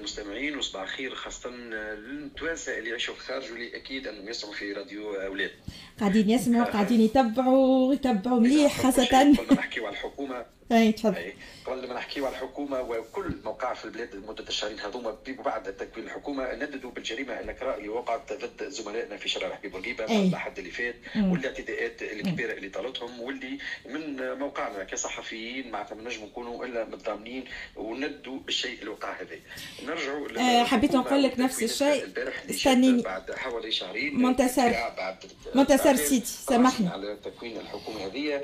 المستمعين وصباح الخير خاصة للتوانسة اللي يعيشوا في الخارج واللي أكيد أنهم يسمعوا في راديو أولاد. قاعدين يسمعوا قاعدين يتبعوا مليح خاصة. قبل ما نحكيو على الحكومة تفضل. قبل ما نحكيو على الحكومة وكل موقع في البلاد لمدة الشهرين هذوما بعد تكوين الحكومة نددوا بالجريمة النكراء اللي وقعت ضد زملائنا في شارع حبيب بورقيبة مع الحد اللي فات والاعتداءات الكبيرة اللي طالتهم واللي من موقعنا كصحفيين معناتها ما نجموا نكونوا إلا متضامنين وندوا بالشيء اللي وقع هذا. نرجعوا حبيت نقول لك نفس الشيء. استنيني بعد حوالي شهرين منتصر سيدي سامحني على تكوين الحكومة هذه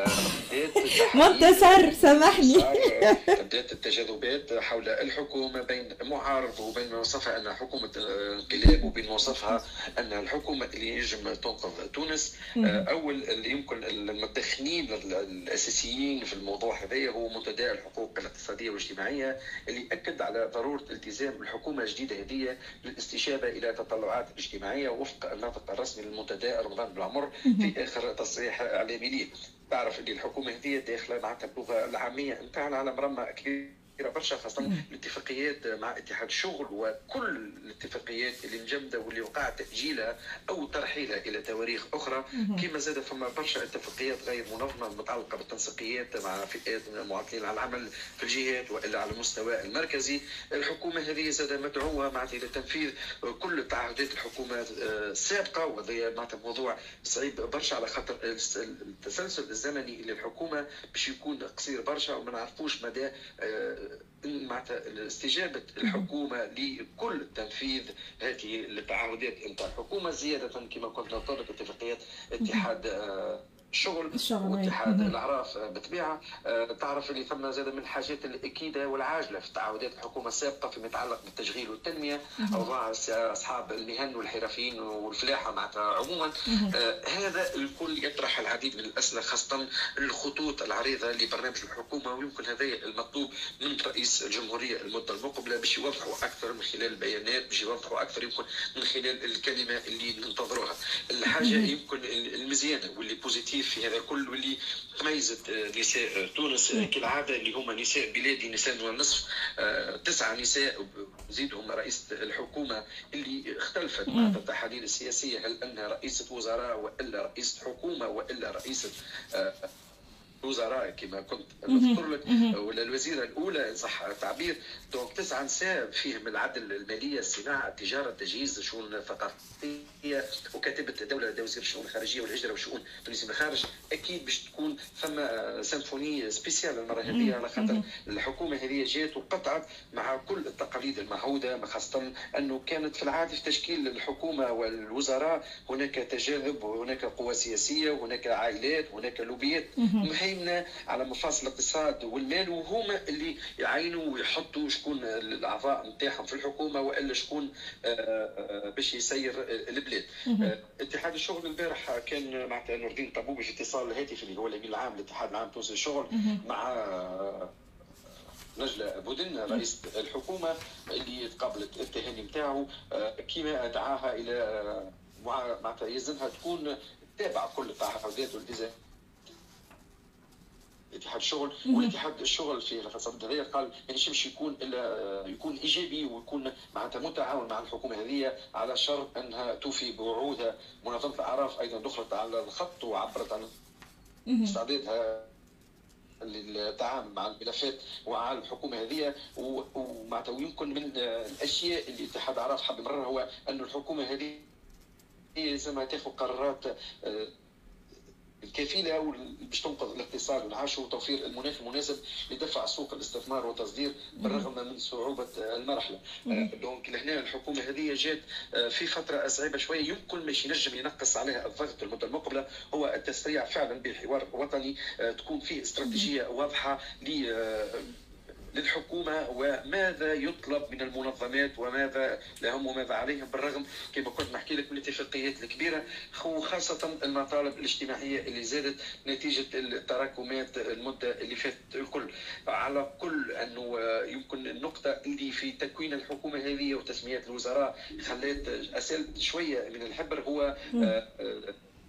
منتصر سامحني بدات التجاذبات حول الحكومة بين معارض وبين ما وصفها أنها حكومة انقلاب وبين ما وصفها أنها الحكومة اللي ينجم تنقذ تونس. أول اللي يمكن المدخنين الأساسيين في الموضوع هذا هو منتدى الحقوق الاقتصادية والاجتماعية اللي أكد على ضرورة التزام الحكومة الجديدة هذه للاستجابة إلى تطلعات اجتماعية وفق الناطق الرسمي للمنتدى رمضان بالعمر في آخر تصريح إعلامي ليه. تعرف ان الحكومه هذه داخله معناتها باللغه العاميه نتاعنا على مرمى كبيره برشا خاصه الاتفاقيات مع اتحاد الشغل وكل الاتفاقيات اللي مجمده واللي وقع تاجيلها او ترحيلها الى تواريخ اخرى. كما زاد فما برشا اتفاقيات غير منظمه متعلقه بالتنسيقيات مع فئات من المعطلين على العمل في الجهات والا على المستوى المركزي. الحكومه هذه زاد مدعوه معناتها الى تنفيذ كل تعهدات الحكومه السابقه وهذا معناتها موضوع صعيب برشا على خاطر التسلسل الزمني اللي الحكومه باش يكون قصير برشا وما نعرفوش مدى معناتها استجابه الحكومه لكل تنفيذ هذه التعهدات نتاع الحكومه زياده كما كنت نقول لك اتفاقيات اتحاد الشغل واتحاد الاعراف بالطبيعه. تعرف اللي ثم زاد من الحاجات الاكيده والعاجله في تعهدات الحكومه السابقه فيما يتعلق بالتشغيل والتنميه اوضاع اصحاب المهن والحرفيين والفلاحه معناتها عموما. هذا الكل يطرح العديد من الاسئله خاصه الخطوط العريضه لبرنامج الحكومه ويمكن هذا المطلوب من رئيس الجمهوريه المده المقبله باش يوضحوا اكثر من خلال البيانات باش يوضحوا اكثر يمكن من خلال الكلمه اللي ننتظروها. الحاجه يمكن المزيانه واللي بوزيتيف في هذا الكل واللي تميزت نساء تونس كالعاده اللي هما نساء بلادي نساء ونصف 9 نساء زيدهم رئيسة الحكومة اللي اختلفت مع التحاليل السياسية هل أنها رئيسة وزراء وإلا رئيسة حكومة وإلا رئيسة وزراء كما كنت نذكر لك ولا الوزيره الاولى ان صح التعبير. دونك 9 نساء فيهم العدل الماليه الصناعه التجاره التجهيز الشؤون الثقافيه وكاتبه الدوله وزير الشؤون الخارجيه والهجره والشؤون التونسيه بالخارج. اكيد باش تكون ثم سيمفوني سبيسيال المره هذه على خاطر الحكومه هذه جات وقطعت مع كل التقاليد المعهوده خاصه انه كانت في العاده في تشكيل الحكومه والوزراء هناك تجاذب وهناك قوى سياسيه وهناك عائلات وهناك لوبيات على مفاصل الاقتصاد والمال وهما اللي يعينوا ويحطوا شكون الاعضاء نتاعهم في الحكومه والا شكون باش يسير البلاد. اتحاد الشغل البارح كان مع نور الدين طبوبي في اتصال هاتفي اللي هو الامين العام للاتحاد العام التونسي للشغل مع نجلة بودن رئيس الحكومه اللي تقابلت التهاني نتاعو كما دعاها الى معناتها يلزمها تكون تتابع كل التعهدات والالتزامات اتحاد الشغل. والاتحاد الشغل في الفصل هذه قال يعني مش يكون الا يكون ايجابي ويكون معناتها متعاون مع الحكومه هذه على شرط انها توفي بوعودها. منظمه الاعراف ايضا دخلت على الخط وعبرت عن استعدادها للتعامل مع الملفات ومع الحكومه هذه ومعناتها يمكن من الاشياء اللي اتحاد الاعراف حاب يمررها هو أن الحكومه هذه لازم تاخذ قرارات الكفيله باش تنقذ الاقتصاد والعيش وتوفير المناخ المناسب لدفع سوق الاستثمار والتصدير بالرغم من صعوبه المرحله. دونك لهنا الحكومه هذه جات في فتره صعيبه شويه يمكن مش ينجم ينقص عليها الضغط المده المقبله هو التسريع فعلا بحوار وطني تكون فيه استراتيجيه واضحه للحكومة وماذا يطلب من المنظمات وماذا لهم وماذا عليهم بالرغم كما كنت نحكي لك من الاتفاقيات الكبيرة وخاصة المطالب الاجتماعية اللي زادت نتيجة التراكمات المدة اللي فاتت الكل. على كل أنه يمكن النقطة اللي في تكوين الحكومة هذه وتسميات الوزراء خلت أسألت شوية من الحبر هو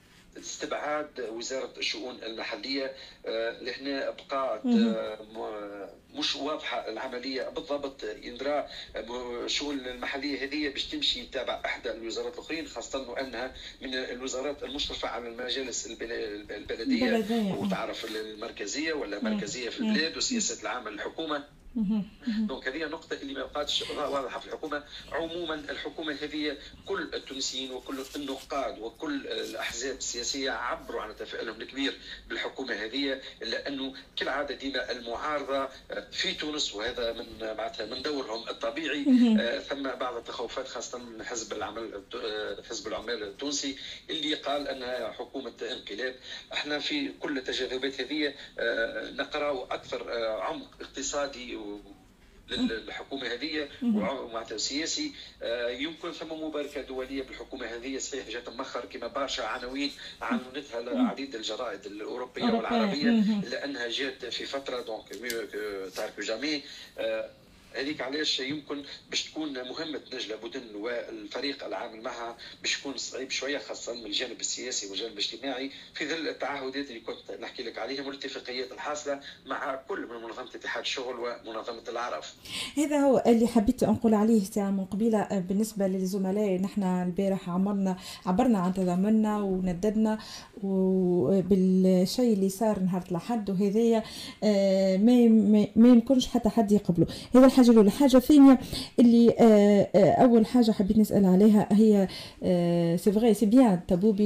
استبعاد وزاره الشؤون المحليه. لهنا بقات مش واضحه العمليه بالضبط. يندرى الشؤون المحليه هذه باش تمشي تابع احدى الوزارات الاخرين، خاصه انها من الوزارات المشرفه على المجالس البلديه وتعرف المركزيه ولا مركزيه في البلاد وسياسه العامه للحكومه. دونك هذه نقطة اللي ما بقاتش واضحة في الحكومة. عموما الحكومة هذه كل التونسيين وكل النقاد وكل الأحزاب السياسية عبروا عن تفاؤلهم الكبير بالحكومة هذه، إلا أنه كالعادة ديما المعارضة في تونس، وهذا من معناتها من دورهم الطبيعي، ثم بعض التخوفات خاصة من حزب العمال التونسي اللي قال أنها حكومة انقلاب. احنا في كل التجاذبات هذه نقرأ أكثر عمق اقتصادي للحكومه هذه ومعناتها سياسي. يمكن ثم مباركه دوليه بالحكومه هذه، صحيح جات مؤخر كما برشا عناوين عنونتها عديد الجرائد الاوروبيه والعربيه، الا انها جات في فتره دونك تارك جامي. هذيك علاش يمكن باش تكون مهمه نجلة بودن والفريق العامل معها باش تكون صعيب شويه، خاصه من الجانب السياسي والجانب الاجتماعي، في ظل التعهدات اللي كنت نحكي لك عليهم والاتفاقيات الحاصله مع كل من منظمه اتحاد الشغل ومنظمه العرف. هذا هو اللي حبيت نقول عليه ساعه من قبيله. بالنسبه للزملاء، نحن البارح عبرنا عن تضامننا ونددنا وبالشيء اللي صار نهار الأحد، وهذايا ما يمكنش حتى حد يقبله. هذا الحاجه الاولى. الحاجه الثانيه اللي اول حاجه حبيت نسال عليها هي سي فغي سي بيان تبوبي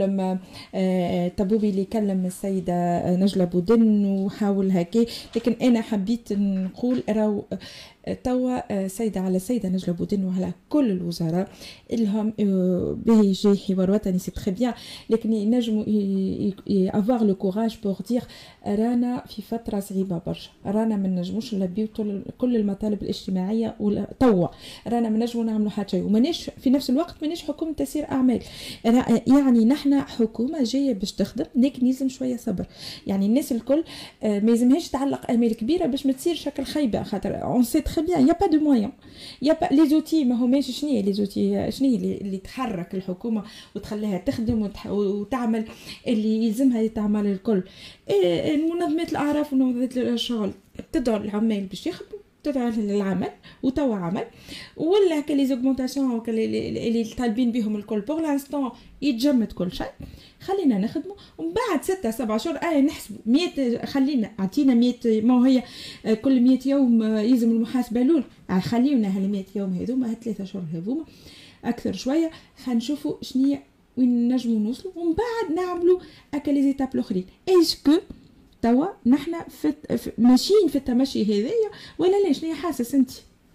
اللي كلم السيده نجلة بودن وحاول هكا، لكن انا حبيت نقول راهو توا سيدة على سيدة نجلة بودن وعلى كل الوزراء اللهم به يجي حوار وطني سي تري بيان، لكن ينجموا افواغ لو كوراج بور دير رانا في فترة صعيبة برشا، رانا ما نجموش نلبيو كل المطالب الاجتماعية توا، رانا ما نجموا نعملوا حتى شيء، وماناش في نفس الوقت ماناش حكومة تسير اعمال. يعني نحن حكومة جاية باش تخدم، لكن يلزم شوية صبر. يعني الناس الكل ما يلزمهاش تعلق امال كبيرة باش ما تصير شكل خايبة، خاطر اون سي très bien, il y a pas de moyens, il y a pas les outils. ما هماش شنو les outils شنو اللي تحرك الحكومه وتخليها تخدم وتعمل اللي يلزمها تعمل الكل. منظمات الاعراف ونظمات الشغل تدعو العمال باش يخدموا، تدعو للعمل وتوا عمل، ولا كلي زوغمونطاسيون اللي طالبين بهم الكل بور لانستون يتجمد كل شيء. خلينا نخدموا ومن بعد 6-7 شهور نحسبوا 100. خلينا اعطينا 100، ما هي كل 100 يوم يلزم المحاسبه الاولى، خليونا هال 100 يوم هذوما 3 شهور هذوما اكثر شويه، خنشوفوا شنو وين نجموا نوصلوا، ومن بعد نعملوا هكا لي زيتاب الاخرين. اسكو توا نحن ماشيين في التمشي هذايا ولا لا؟ شنو حاسس انت؟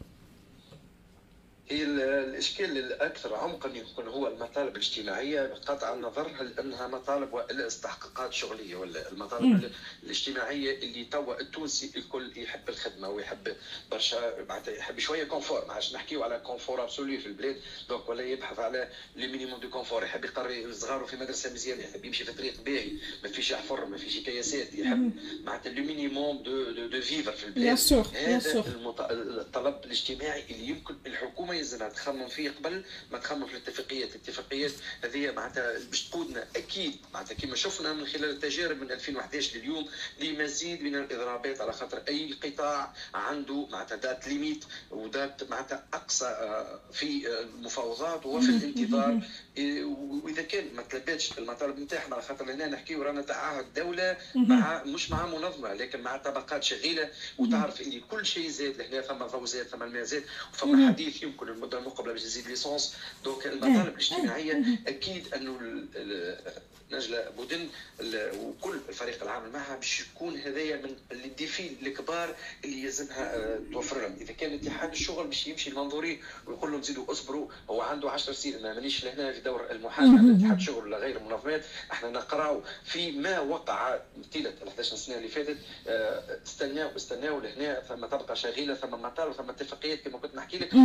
هي الاشكال الاكثر عمقا يكون هو المطالب الاجتماعيه، قطع النظر هل انها مطالب والا استحقاقات شغليه، ولا المطالب الاجتماعيه اللي توا التونسي الكل يحب الخدمه ويحب برشا، معناتها يحب شويه كونفور، ما عادش نحكيو على كونفور ابسولي في البلاد، دونك ولا يبحث على لي مينيموم دو كونفور، يحب يقري صغاره في مدرسه مزيانه، يحب يمشي في طريق باهي ما فيش حفر ما فيش كياسات، يحب معناتها لو مينيموم دو فيفر في البلاد. هذا الطلب الاجتماعي اللي يمكن الحكومه يلزمها تخمم فيه قبل ما تخمم في الاتفاقيات هذه، معناتها باش تقودنا اكيد معناتها كما شفنا من خلال التجارب من 2011 لليوم لمزيد من الاضرابات، على خاطر اي قطاع عنده معناتها دات ليميت ودات معناتها اقصى في المفاوضات وفي الانتظار، واذا كان ما تلبتش المطالب نتاعنا، على خاطر هنا نحكيو رانا تعهد دوله مع مش مع منظمه لكن مع طبقات شغيله، وتعرف اللي كل شيء زاد لهنا، ثم ضوء زاد ثم الماء زاد، وفما حديث يمكن المده المقبله باش تزيد ليسونس. دونك المطالب الاجتماعيه اكيد انه نجلة بودن وكل الفريق العامل معها باش يكون هذايا من الديفي الكبار اللي يلزمها توفر لهم. اذا كان اتحاد الشغل باش يمشي المنظوري ويقول لهم زيدوا اصبروا، هو عنده 10 سنين، انا مانيش لهنا في دور المحاسبه على اتحاد الشغل ولا غير المنظمات، احنا نقراو في ما وقع طيله ال 11 سنه اللي فاتت. استناو لهنا، ثم طبقه شغيله، ثم مطالب، ثم اتفاقيات كما كنت نحكي لك، ما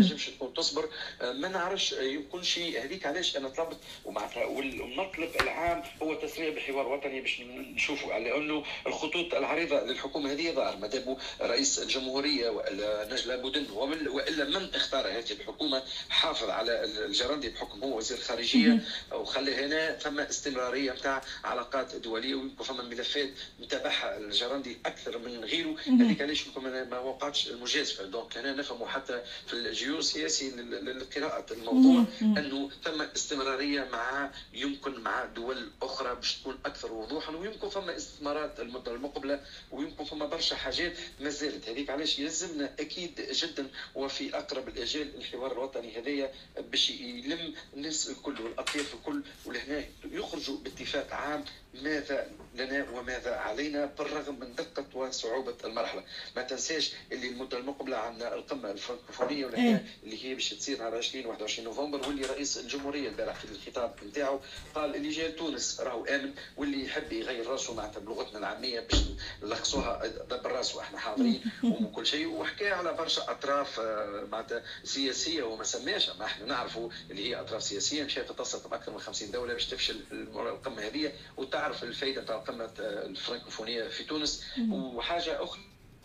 تنجمش تكون تصبر. ما نعرفش يكون شيء هذيك علاش انا طلبت ومعناتها. والمطلب العام هو تسريع بحوار وطني باش نشوفوا على انه الخطوط العريضه للحكومه هذه ظاهر مادام رئيس الجمهوريه والا نجلة بودن والا من اختار هذه الحكومه حافظ على الجرندي بحكم هو وزير الخارجيه وخلي هنا ثم استمراريه نتاع علاقات دوليه ويمكن فما ملفات متابعها الجرندي اكثر من غيره. هذيك علاش ما وقعتش المجازفه. دونك هنا نفهموا حتى في الجيوسياسي لقراءه الموضوع انه ثم استمراريه يمكن مع دول اخرى باش تكون اكثر وضوحا، ويمكن فما استثمارات المده المقبله، ويمكن فما برشا حاجات ما زالت. هذيك علاش يلزمنا اكيد جدا وفي اقرب الاجال الحوار الوطني هذايا باش يلم الناس الكل والاطياف الكل، ولهنا يخرجوا باتفاق عام ماذا لنا وماذا علينا بالرغم من دقه وصعوبه المرحله. ما تنساش اللي المده المقبله عندنا القمه الفرنكوفونيه اللي هي باش تصير على 20 21 نوفمبر، واللي رئيس الجمهوريه البارح في الخطاب نتاعو قال اللي جاي لتونس راهو امن، واللي يحب يغير راسه معناتها بلغتنا العاميه باش نلخصوها دبر راسه احنا حاضرين وكل شيء. وحكى على برشا اطراف معناتها سياسيه وما سماش، ما احنا نعرفوا اللي هي اطراف سياسيه مشات تتصل باكثر من 50 دوله باش تفشل القمه هذه وتعرف الفائده تاع قمه الفرنكوفونيه في تونس. وحاجه اخرى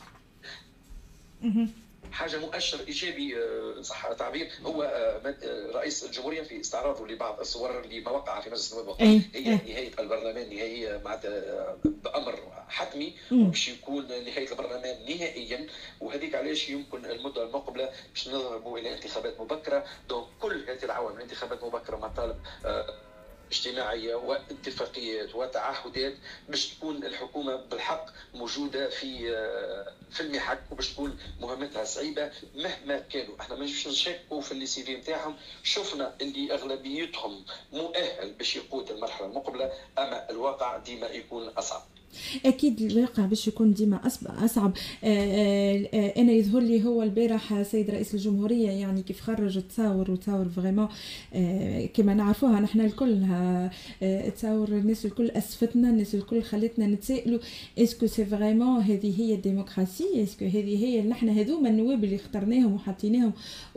حاجه مؤشر ايجابي صح التعبير هو رئيس الجمهوريه في استعراضه لبعض الصور لما وقع في مجلس النواب هي نهايه البرلمان نهائيه معناتها بامر حتمي باش يكون نهايه البرلمان نهائيا. وهذيك علاش يمكن المده المقبله باش نذهبوا الى انتخابات مبكره. دونك كل هذه العوامل انتخابات مبكره مطالب اجتماعيه واتفاقيات وتعهدات باش تكون الحكومه بالحق موجوده في المحك وباش تكون مهمتها صعيبه مهما كانوا. احنا ما نجمش نشكوا في اللي سي في نتاعهم، شفنا اللي اغلبيتهم مؤهل باش يقود المرحله المقبله، اما الواقع ديما يكون اصعب. اكيد الواقع باش يكون ديما اصعب. انا يظهر لي هو البارح سيد رئيس الجمهوريه يعني كيف خرج تصاور فريمون كما نعرفوها نحن الكل تصاور الناس الكل اسفتنا، الناس الكل خلتنا نتسائلوا اسكو سي فريمون هذه هي الديمقراطيه، اسكو هذه هي نحن هذوما النواب اللي اخترناهم وحطيناهم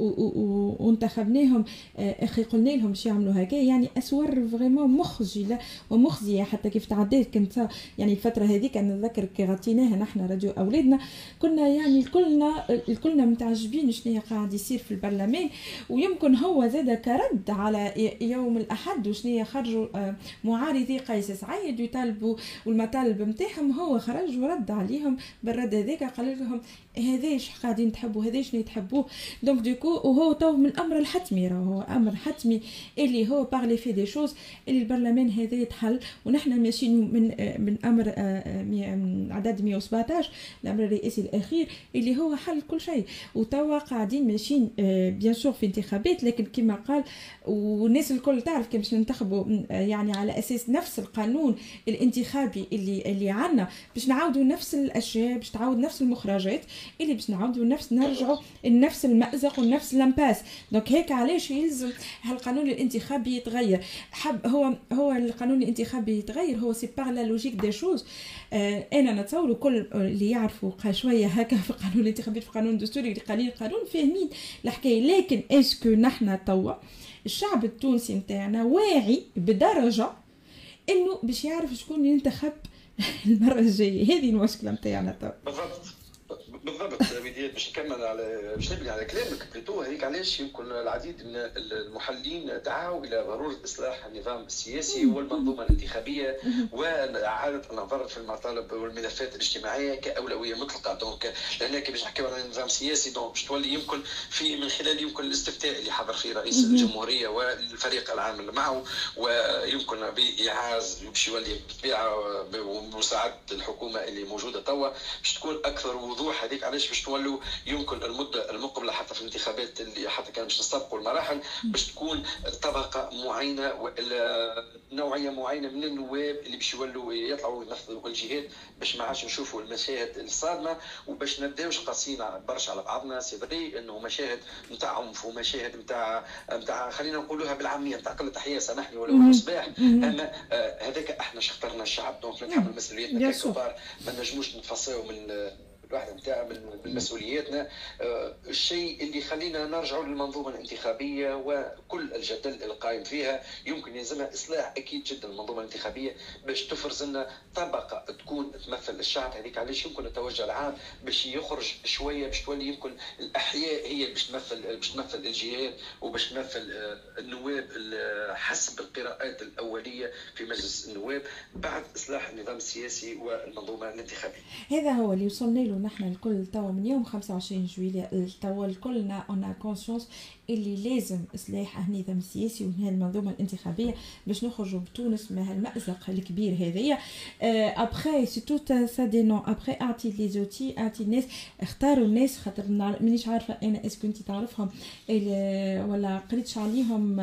وانتخبناهم اخي قلنا لهم باش يعملوا هكا. يعني اسوار فريمون مخجله ومخزيه حتى كيف تعديت كنت يعني الفترة هذيك أنا نذكر كي غطيناها نحن راديو أولادنا كنا يعني الكلنا متعجبين شنو قاعد يصير في البرلمان. ويمكن هو زاد كرد على يوم الأحد وشنو خرجوا معارضي قيس سعيد يطالبوا والمطالب نتاعهم، هو خرج ورد عليهم بالرد هذاك قال لهم هذا ايش قاعدين تحبوا هذا شنو تحبوه. دونك ديكو وهو تو من الامر الحتمي راهو امر حتمي اللي هو بارلي في دي شوز اللي البرلمان هذا يتحل. ونحن ماشيين من امر عدد 117 الامر الرئاسي الاخير اللي هو حل كل شيء. وتوا قاعدين ماشيين بيان سور في انتخابات، لكن كما قال والناس الكل تعرف كيف باش ننتخبوا يعني على اساس نفس القانون الانتخابي اللي عندنا باش نعاودوا نفس الاشياء، باش تعاود نفس المخرجات اللي باش نعاودوا نرجعوا لنفس المأزق ونفس الامباس. دونك هيك علاش يلزم هالقانون الانتخابي يتغير. هو القانون الانتخابي يتغير هو سي بار لا لوجيك دي شوز. انا نتصور كل اللي يعرفوا شويه هكا في القانون الانتخابي في القانون الدستوري اللي قانون فاهمين الحكايه. لكن اسكو نحن توا الشعب التونسي نتاعنا واعي بدرجه انه باش يعرف شكون ينتخب المره الجايه؟ هذه المشكله نتاعنا توا. بالضبط بديت باش نكمل على باش نبني على كلامك بليتو. هذيك علاش يمكن العديد من المحللين دعوا الى ضروره اصلاح النظام السياسي والمنظومه الانتخابيه واعاده النظر في المطالب والملفات الاجتماعيه كاولويه مطلقه. دونك لانك باش نحكيو على نظام سياسي دونك باش تولي يمكن من خلال الاستفتاء اللي حضر فيه رئيس الجمهوريه والفريق العامل معه، ويمكن بايعاز باش يولي بالطبيعه بمساعده الحكومه اللي موجوده توا باش تكون اكثر وضوح. هذيك علاش باش تولوا يمكن المده المقبله حتى في الانتخابات اللي حتى كان باش نستبقوا المراحل باش تكون طبقه معينه والا نوعيه معينه من النواب اللي باش يولوا يطلعوا يمثلوا الجهات باش ما عادش نشوفوا المشاهد الصادمه وباش نبداوش قاسيين برشا على بعضنا. سي فري انه مشاهد نتاع عنف ومشاهد نتاع خلينا نقولوها بالعاميه نتاع قله تحيه سامحني ولو المصباح. اما هذاك احنا اخترنا الشعب دونك نتحمل مسؤوليتنا ككبار. ما نجموش نتفصلوا من الواحده نتاع من مسؤولياتنا. الشيء اللي خلينا نرجعوا للمنظومه الانتخابيه وكل الجدل القائم فيها، يمكن يلزمها اصلاح اكيد جدا المنظومه الانتخابيه باش تفرز لنا طبقه تكون تمثل الشعب. هذيك علاش يمكن التوجه العام باش يخرج شويه، باش تولي يمكن الاحياء هي باش تمثل الجهات وباش تمثل النواب حسب القراءات الاوليه في مجلس النواب بعد اصلاح النظام السياسي والمنظومه الانتخابيه. هذا هو اللي وصلنا له نحن الكل توا من يوم 25 جويلية توا الكلنا اون كونسيونس اللي لازم اصلاح النظام السياسي وهذه المنظومه الانتخابيه باش نخرجوا بتونس من هالمأزق الكبير هذايا. ابخي سي تو سا دي نون ابخي اعطي لي زوتي اعطي الناس اختاروا الناس خاطر مانيش عارفه انا اسكو انت تعرفهم ولا قريتش عليهم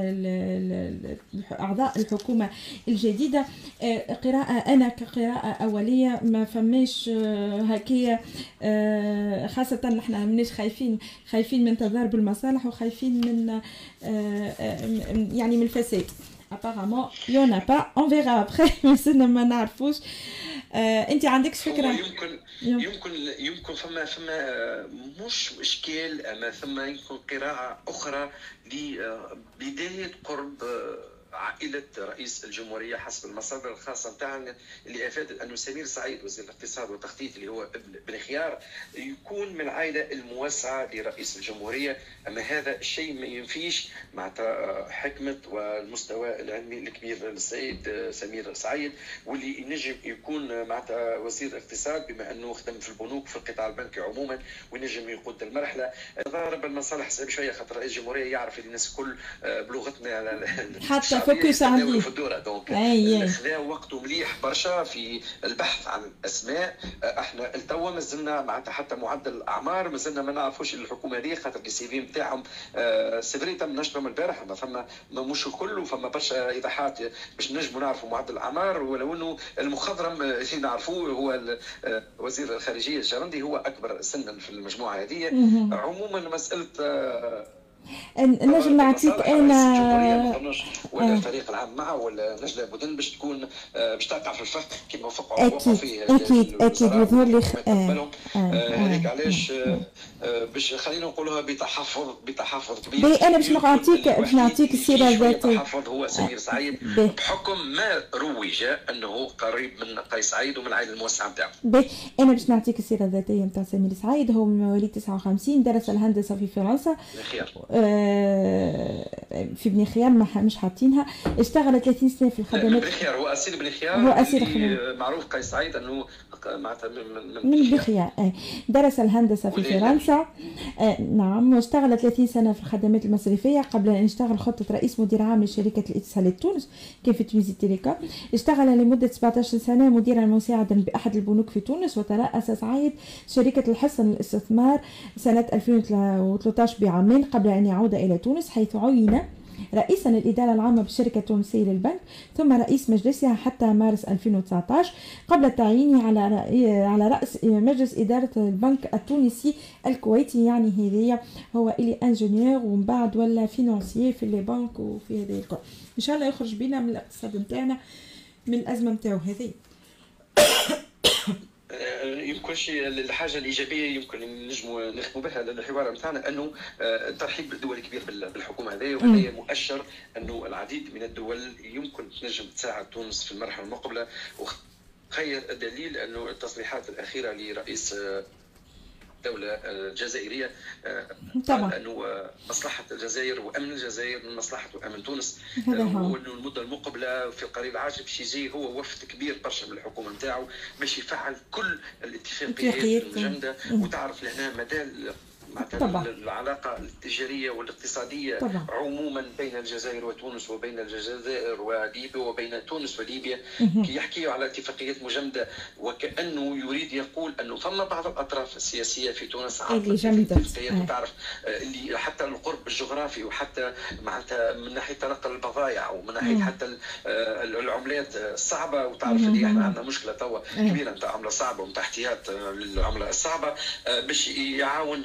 اعضاء الحكومه الجديده. قراءه انا كقراءه اوليه ما فماش هكايا، خاصه نحن مانيش خايفين من تضارب المصالح وخايفين من يعني من الفساد. apparemment il y en a pas, on verra après مازلنا ما نعرفوش. انت عندك فكره؟ يمكن فما مش اشكال، اما ثم يمكن قراءه اخرى لبدايه قرب عائلة رئيس الجمهورية حسب المصادر الخاصة نتاعنا اللي أفادت أنه سمير سعيد وزير الاقتصاد والتخطيط اللي هو ابن خيار يكون من العائلة الموسعة لرئيس الجمهورية. أما هذا الشيء ما ينفيش مع حكمة والمستوى العلمي الكبير للسيد سمير سعيد، واللي ينجم يكون مع وزير الاقتصاد بما أنه خدم في البنوك في القطاع البنكي عموما، وينجم يقود المرحلة. ضارب المصالح صعب شوية خاطر رئيس الجمهورية يعرف الناس الكل بلغتنا حتى فوكس عليه في الدورة. دونك خذا وقته مليح برشا في البحث عن الاسماء. احنا التوا مازلنا معناتها حتى معدل الاعمار مازلنا ما نعرفوش الحكومه هذه خاطر السي في نتاعهم سيفريتا منشطهم البارح، فما مش الكل وفما برشا ايضاحات باش نجموا نعرفوا معدل الاعمار، ولو انه المخضرم اللي نعرفوه هو وزير الخارجيه الجرندي هو اكبر سنا في المجموعه هذه. عموما مساله نجم نعطيك انا ولا الفريق العام معه ولا نجلة بودن باش تكون باش تقع في الفخ كما وقعوا فيه اكيد يظهر لي هذيك علاش باش خلينا نقولوها بتحفظ كبير. انا باش نعطيك السيره الذاتيه. التحفظ هو سمير سعيد بحكم ما روج انه قريب من قيس سعيد ومن العائله الموسعه نتاعو. انا باش نعطيك السيره الذاتيه نتاع سمير سعيد. هو من مواليد 59، درس الهندسه في فرنسا في بن خيار مش حاطينها. اشتغل 30 سنه في الخدمات. بن خيار هو اصيل بن خيار، هو اصيل معروف قيس سعيد انه معناتها من بن خيار. درس الهندسه في فرنسا نعم، واشتغل 30 سنه في الخدمات المصرفيه قبل ان يشتغل خطه رئيس مدير عام لشركه الاتصالات تونس كان في تونسي تيليكوم. اشتغل لمده 17 سنه مديرا مساعدا باحد البنوك في تونس، وترأس سعيد شركه الحصن للاستثمار سنه 2013 بعامين قبل ان يعود الى تونس، حيث عين رئيسا الإدارة العامة بالشركة التونسية للبنك ثم رئيس مجلسها حتى مارس 2019 قبل تعيينه على رأس مجلس إدارة البنك التونسي الكويتي. يعني هذه هو إلي انجينيور ومن بعد ولا فينانسيي في لي بنك وفي هذه الكل. إن شاء الله يخرج بنا من الاقتصاد نتاعنا من الأزمة نتاعو هذه. يمكن شيء الحاجه الايجابيه يمكن نجموا نختموا بها الحوار نتاعنا انه ترحيب دول كبير بالحكومه هذه، وهذا مؤشر انه العديد من الدول يمكن تنجم تساعد تونس في المرحله المقبله. وخير الدليل انه التصريحات الاخيره لرئيس الدولة الجزائرية طبعا أنه مصلحة الجزائر وأمن الجزائر من مصلحة وأمن تونس، وأنه المدة المقبلة في القريب العاجل باش يجي هو وفد كبير برشا من الحكومة نتاعو باش يفعل كل الاتفاقيات المجمدة. وتعرف لهنا مدى العلاقة التجارية والاقتصادية طبعا. عموما بين الجزائر وتونس وبين الجزائر وليبيا وبين تونس وليبيا كي يحكيوا على اتفاقيات مجمدة، وكأنه يريد يقول أنه ثم بعض الأطراف السياسية في تونس عرفت الاتفاقيات وتعرف اللي حتى القرب الجغرافي وحتى معناتها من ناحية تنقل البضائع ومن ناحية حتى العملات الصعبة. وتعرف اللي احنا عندنا مشكلة توا كبيرة نتاع عملة صعبة ونتاع احتياط للعملة الصعبة باش يعاون برشا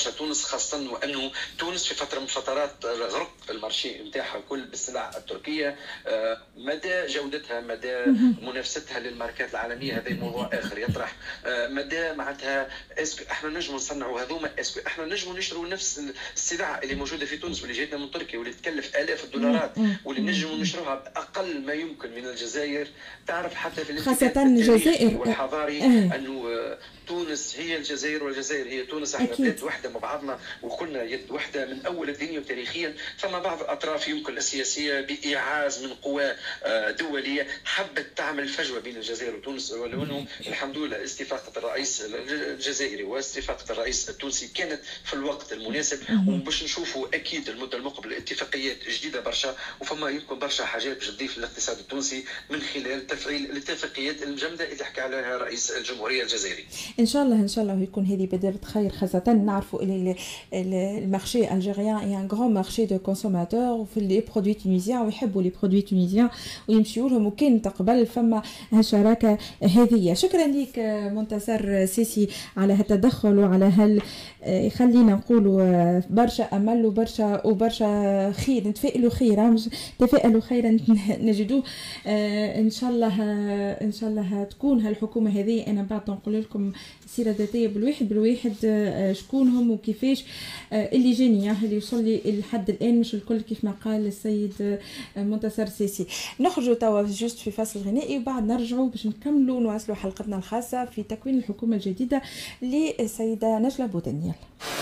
برشا تونس، خاصه وانه تونس في فتره من فترات غرق المارشي نتاعها كل بالسلع التركيه. مدى جودتها، مدى منافستها للماركات العالميه، هذا موضوع اخر يطرح. مدى معناتها اسكو احنا نجموا نصنعوا هذوما، اسكو احنا نجموا نشتروا نفس السلع اللي موجوده في تونس واللي جايتنا من تركيا واللي تكلف آلاف الدولارات واللي نجموا نشروها باقل ما يمكن من الجزائر. تعرف حتى في خاصة الجزائر والحضاري انه تونس هي الجزائر والجزائر هي تونس، احنا بلاد وحده مع بعضنا وكلنا يد وحده من اول الدنيا تاريخيا. فما بعض الاطراف يمكن السياسيه بايعاز من قوى دوليه حبت تعمل فجوه بين الجزائر وتونس، ولو انه الحمد لله استفاقه الرئيس الجزائري واستفاقه الرئيس التونسي كانت في الوقت المناسب، وباش نشوفوا اكيد المده المقبله اتفاقيات جديده برشا، وفما يمكن برشا حاجات باش تضيف للاقتصاد التونسي من خلال تفعيل الاتفاقيات المجمده اللي حكى عليها رئيس الجمهوريه الجزائري. ان شاء الله ان شاء الله يكون هذه بدايه خير، خاصه نعرفوا المارشي الجيريان هي ان غران مارشي دو كونسوماتور وفي لي برودوي تونيزيان ويحبوا لي برودوي تونيزيان ويمشيوا لهم، وكان تقبل فما هالشراكه هذه. شكرا لك منتصر سيسي على هالتدخل وعلى خلينا نقولوا برشا امل وبرشا خير، نتفائلوا خيرا، تفائلوا خيرا نجدوه ان شاء الله تكون هالحكومه هذه. انا بعد نقول لكم سيره ذاتيه بالواحد شكونهم وكيفاش اللي جاني اللي يوصل لي لحد الان مش الكل كيف ما قال السيد منتصر سيسي. نخرجوا توا جوست في فاصل غنائي وبعد نرجعوا باش نكملوا نواصلوا حلقتنا الخاصه في تكوين الحكومه الجديده للسيده نجلة بودنيال.